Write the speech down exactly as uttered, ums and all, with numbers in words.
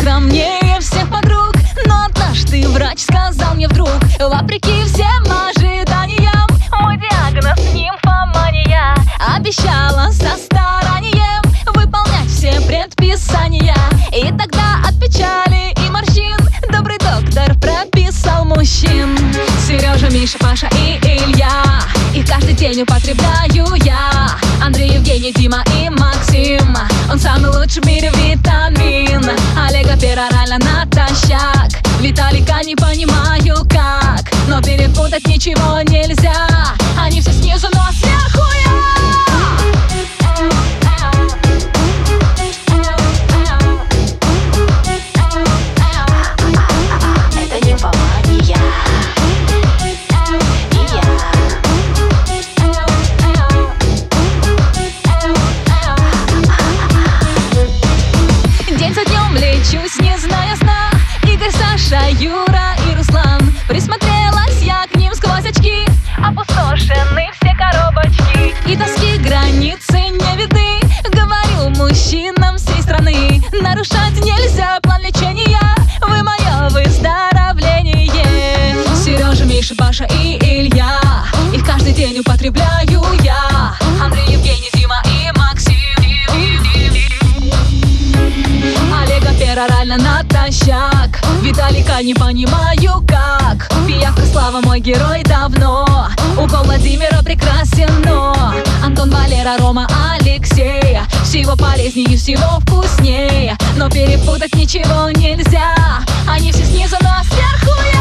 скромнее всех подруг, но однажды врач сказал мне вдруг: вопреки всем ожиданиям, мой диагноз нимфомания. Обещала со старанием выполнять все предписания, и тогда от печали и морщин добрый доктор прописал мужчин. Сережа, Миша, Паша и Илья, их каждый день употребляю я. Андрей, Евгений, Дима и Максим, он самый лучший в мире витамин. Олега перорально натощак, Виталика не понимаю как, но перепутать ничего нельзя. Они все снизу, но сверху я. Это нимфомания. День за днем лечусь, не зная сна. Игорь, Саша, Юра и Руслан. Присмотрелась я к ним сквозь очки, опустошены все коробочки, и тоски границы не видны. Говорю мужчинам всей страны: нарушать нельзя план лечения, вы мое выздоровление. Сережа, Миша, Паша и Илья, их каждый день употребляю я. Андрей, Евгений, Дима и Максим, Олега перорально натощак, Виталика не понимаю как. Пиявка Слава мой герой давно, укол Владимира прекрасен, но Антон, Валера, Рома, Алексей всего полезнее, всего вкуснее, но перепутать ничего нельзя. Они все снизу, но сверху я.